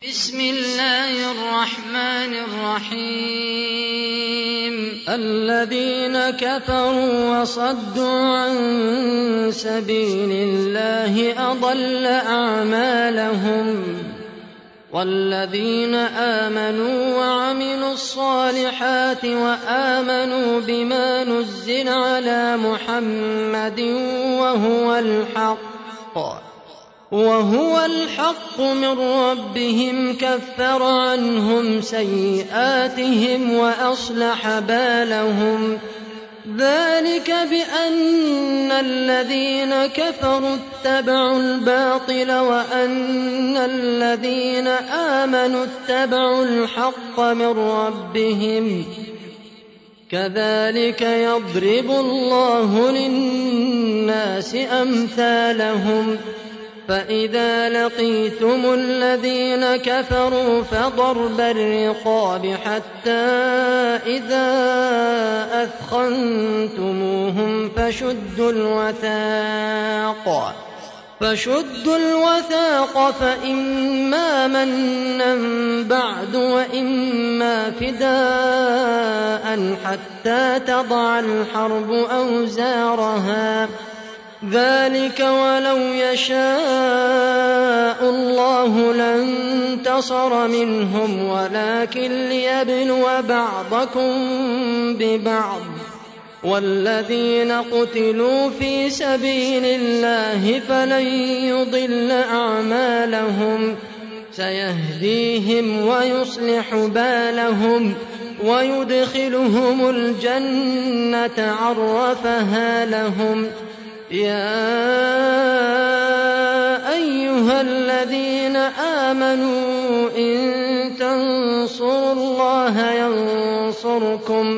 بسم الله الرحمن الرحيم الذين كفروا وصدوا عن سبيل الله أضل أعمالهم والذين آمنوا وعملوا الصالحات وآمنوا بما نزل على محمد وهو الحق من ربهم كفر عنهم سيئاتهم وأصلح بالهم ذلك بأن الذين كفروا اتبعوا الباطل وأن الذين آمنوا اتبعوا الحق من ربهم كذلك يضرب الله للناس أمثالهم فإذا لقيتم الذين كفروا فضرب الرقاب حتى إذا أثخنتموهم فشدوا الوثاق فإما منا بعد وإما فداء حتى تضع الحرب أوزارها ذلك ولو يشاء الله لانتصر منهم ولكن ليبلو بعضكم ببعض والذين قتلوا في سبيل الله فلن يضل أعمالهم سيهديهم ويصلح بالهم ويدخلهم الجنة عرفها لهم يا أيها الذين آمنوا إن تنصروا الله ينصركم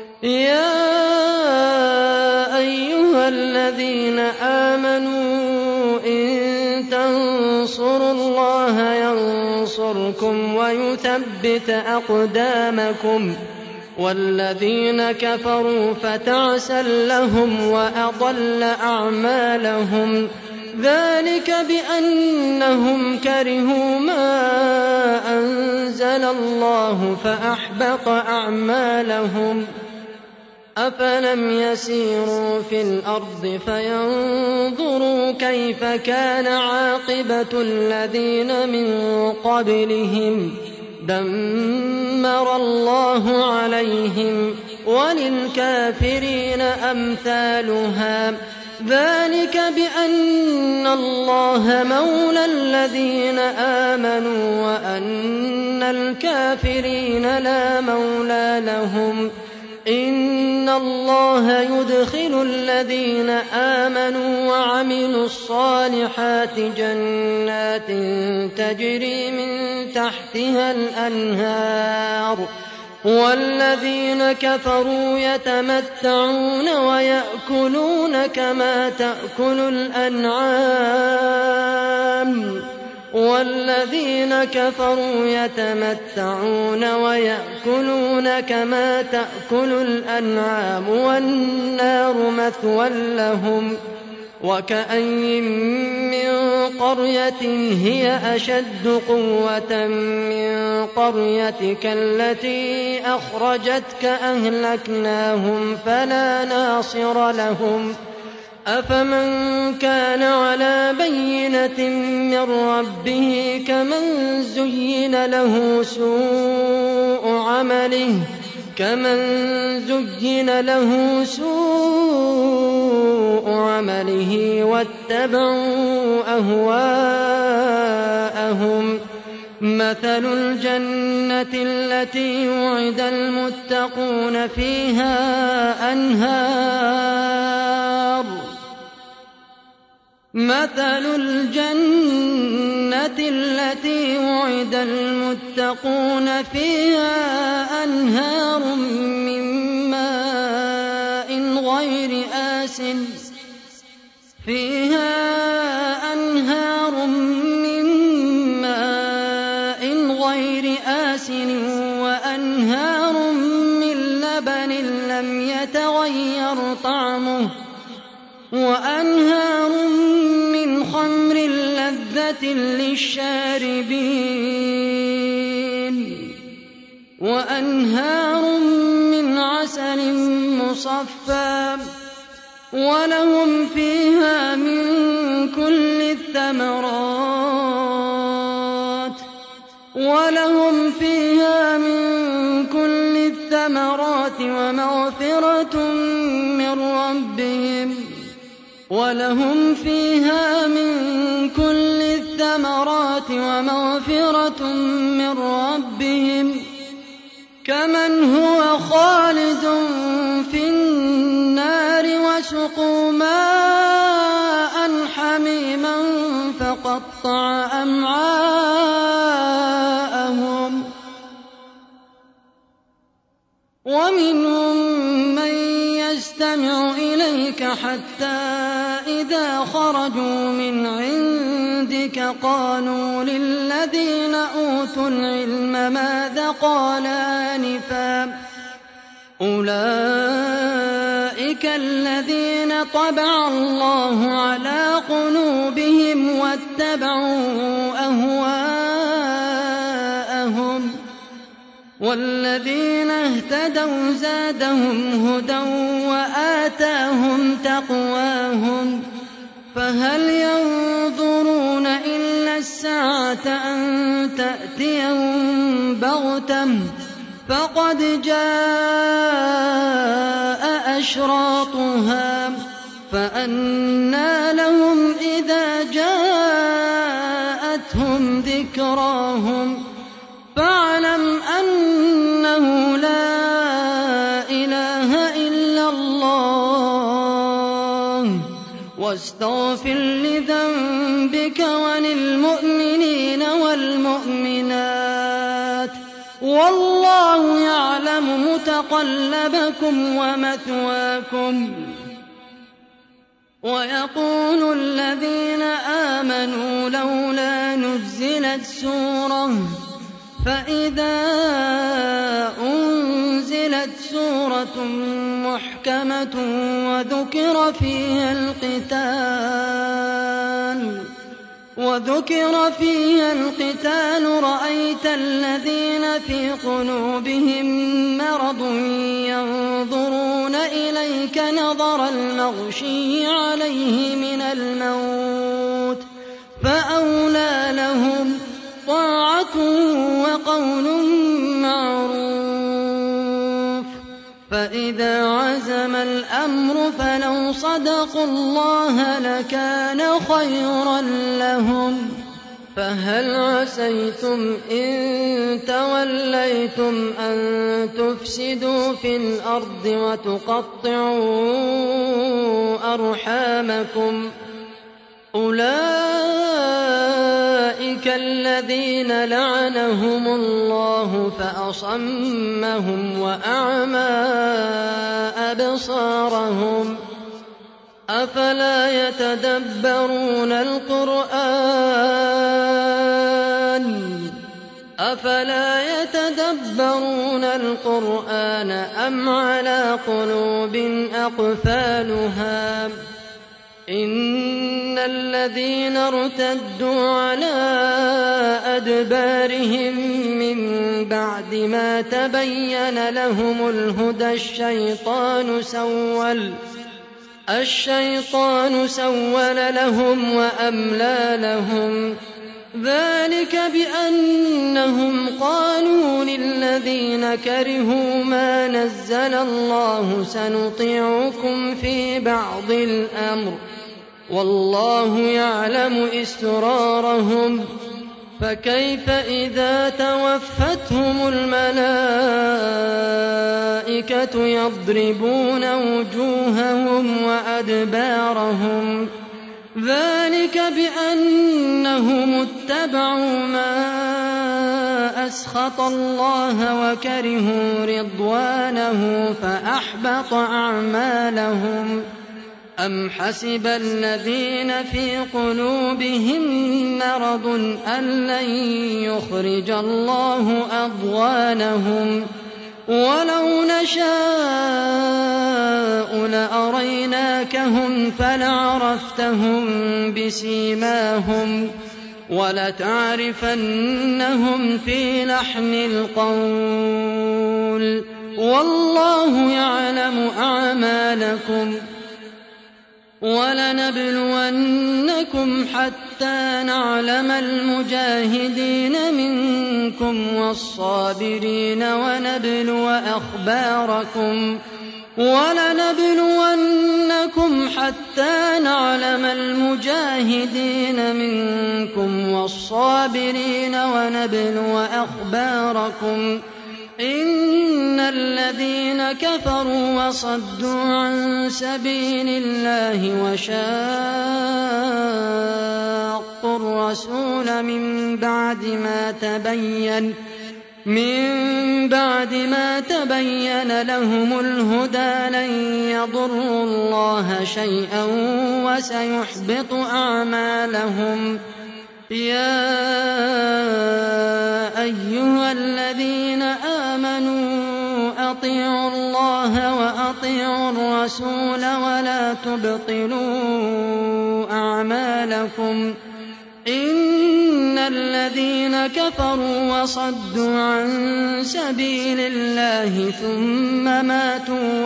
ويثبت أقدامكم والذين كفروا فتعسا لهم وأضل أعمالهم ذلك بأنهم كرهوا ما أنزل الله فأحبط أعمالهم أفلم يسيروا في الأرض فينظروا كيف كان عاقبة الذين من قبلهم دمر الله عليهم وللكافرين أمثالها ذلك بأن الله مولى الذين آمنوا وأن الكافرين لا مولى لهم إن الله يدخل الذين آمنوا وعملوا الصالحات جنات تجري من تحتها الأنهار والذين كفروا يتمتعون ويأكلون كما تأكل الأنعام والنار مثوى لهم وكأين من قرية هي أشد قوة من قريتك التي أخرجتك أهلكناهم فلا ناصر لهم أفمن كان على بينة من ربه كمن زين له سوء عمله واتبعوا أهواءهم مثل الجنة التي وعد المتقون فيها أنهار من ماء غير آسن وأنهار من لبن لم يتغير طعمه وأنهار من خمر لذة للشاربين وأنهار من عسل مصفى ولهم فيها من كل الثمرات ومغفرة من ربهم كمن هو خالد في النار وسقوا ماء حميما فقطع أمعاءهم ومنهم من يستمع إليك حتى إذا خرجوا من عندك قالوا للذين أوتوا العلم ماذا قال آنفا أولئك الذين طبع الله على قلوبهم واتبعوا أهواءهم والذين اهتدوا زادهم هدى وآتاهم تقواهم فهل ينظرون إلا الساعة أن تأتيهم بغتة فقد جاء أشراطها فأنى لهم إذا جاءتهم ذكراهم فاعلم أنه لا إله إلا الله واستغفر لذنبك وللمؤمنين والمؤمنات والله يعلم متقلبكم ومثواكم. ويقول الذين آمنوا لولا نزلت سورة فإذا أنزلت سورة محكمة وذكر فيها القتال رأيت الذين في قلوبهم مرض ينظرون إليك نظر المغشي عليه من الموت فأولى لهم طاعة وقول معروف فإذا عزم الأمر فلو صدقوا الله لكان خيرا لهم. فهل عسيتم إن توليتم أن تفسدوا في الأرض وتقطعوا أرحامكم أولئك الذين لعنهم الله فأصمهم وأعمى أبصارهم أفلا يتدبرون القرآن أم على قلوب أقفالها إن الذين ارتدوا على أدبارهم من بعد ما تبين لهم الهدى الشيطان سول لهم وأملى لهم ذلك بأنهم قالوا للذين كرهوا ما نزل الله سنطيعكم في بعض الأمر والله يعلم إسرارهم فكيف إذا توفتهم الملائكة يضربون وجوههم وأدبارهم ذلك بأنهم اتبعوا ما أسخط الله وكرهوا رضوانه فأحبط أعمالهم. أم حسب الذين في قلوبهم مرض أن لن يخرج الله أضغانهم ولو نشاء لأريناكهم فلعرفتهم بسيماهم وَلَتَعْرِفَنَّهُمْ فِي لَحْنِ الْقَوْلِ ۚ وَاللَّهُ يَعْلَمُ أَعْمَالَكُمْ ۚ وَلَنَبْلُوَنَّكُمْ حَتَّىٰ نَعْلَمَ الْمُجَاهِدِينَ مِنكُمْ وَالصَّابِرِينَ وَنَبْلُوَ أَخْبَارَكُمْ وَلَنَبْلُوَنَّكُمْ حَتَّىٰ نَعْلَمَ الْمُجَاهِدِينَ مِنكُمْ وَالصَّابِرِينَ وَنَبْلُوَ أَخْبَارَكُمْ ۚ إِنَّ الَّذِينَ كَفَرُوا وَصَدُّوا عَن سَبِيلِ اللَّهِ وَشَاقُّوا الرَّسُولَ مِن بَعْدِ مَا تَبَيَّنَ لَهُمُ الْهُدَىٰ لَن يَضُرُّوا اللَّهَ شَيْئًا وَسَيُحْبِطُ أَعْمَالَهُمْ. يَا أَيُّهَا الَّذِينَ آمَنُوا أَطِيعُوا اللَّهَ وَأَطِيعُوا الرَّسُولَ وَلَا تُبْطِلُوا أَعْمَالَكُمْ. إِنَّ الَّذِينَ كَفَرُوا وَصَدُّوا عَن سَبِيلِ اللَّهِ ثُمَّ مَاتُوا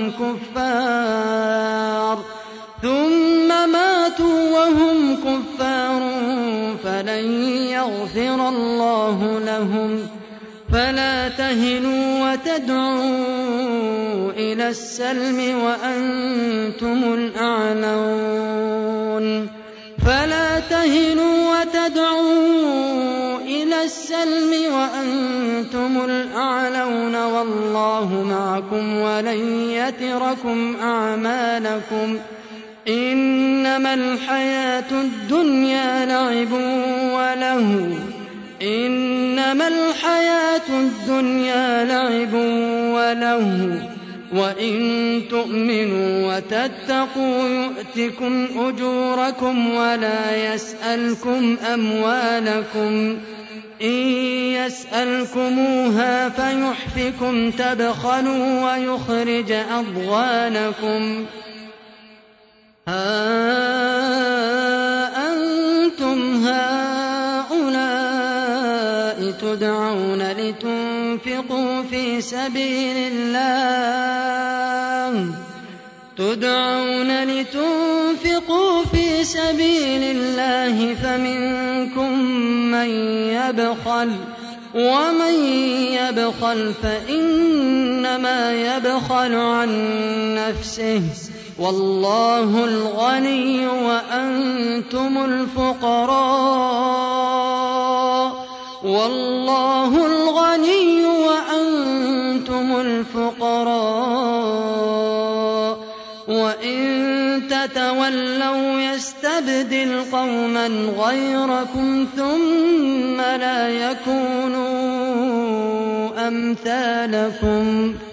وَهُمْ كُفَّارٌ فَلَن يَغْفِرَ اللَّهُ لَهُمْ. فَلَا تَهِنُوا وَتَدْعُوا إِلَى السَّلْمِ وَأَنتُمُ الْأَعْلَوْنَ. فَلَا تَهِنُوا وَتَدْعُوا إِلَى السَّلْمِ وَأَنتُمُ الْأَعْلَوْنَ وَاللَّهُ مَعَكُمْ وَلَن يَتِرَكُمْ أَعْمَالَكُمْ. إِنَّمَا الْحَيَاةُ الدُّنْيَا لَعِبٌ وَلَهْوٌ وَإِن تُؤْمِنُوا وَتَتَّقُوا يُؤْتِكُمْ أُجُورَكُمْ وَلَا يَسْأَلْكُمْ أَمْوَالَكُمْ. إِن يَسْأَلْكُمُوهَا فَيُحْفِكُمْ تَبْخَلُوا وَيُخْرِجْ أَضْغَانَكُمْ. هَا أَنتُمْ هَٰؤُلَاءِ تُدْعَوْنَ لِتُنفِقُوا فِي سَبِيلِ اللَّهِ فَمِنكُم مَّن يَبْخَلُ ۖ وَمَن يَبْخَلْ فَإِنَّمَا يَبْخَلُ عَن نَّفْسِهِ ۚ وَاللَّهُ الْغَنِيُّ وَأَنتُمُ الْفُقَرَاءُ وَإِن تَتَوَلَّوْا يَسْتَبْدِلْ قَوْمًا غَيْرَكُمْ ثُمَّ لَا يَكُونُوا أَمْثَالَكُمْ.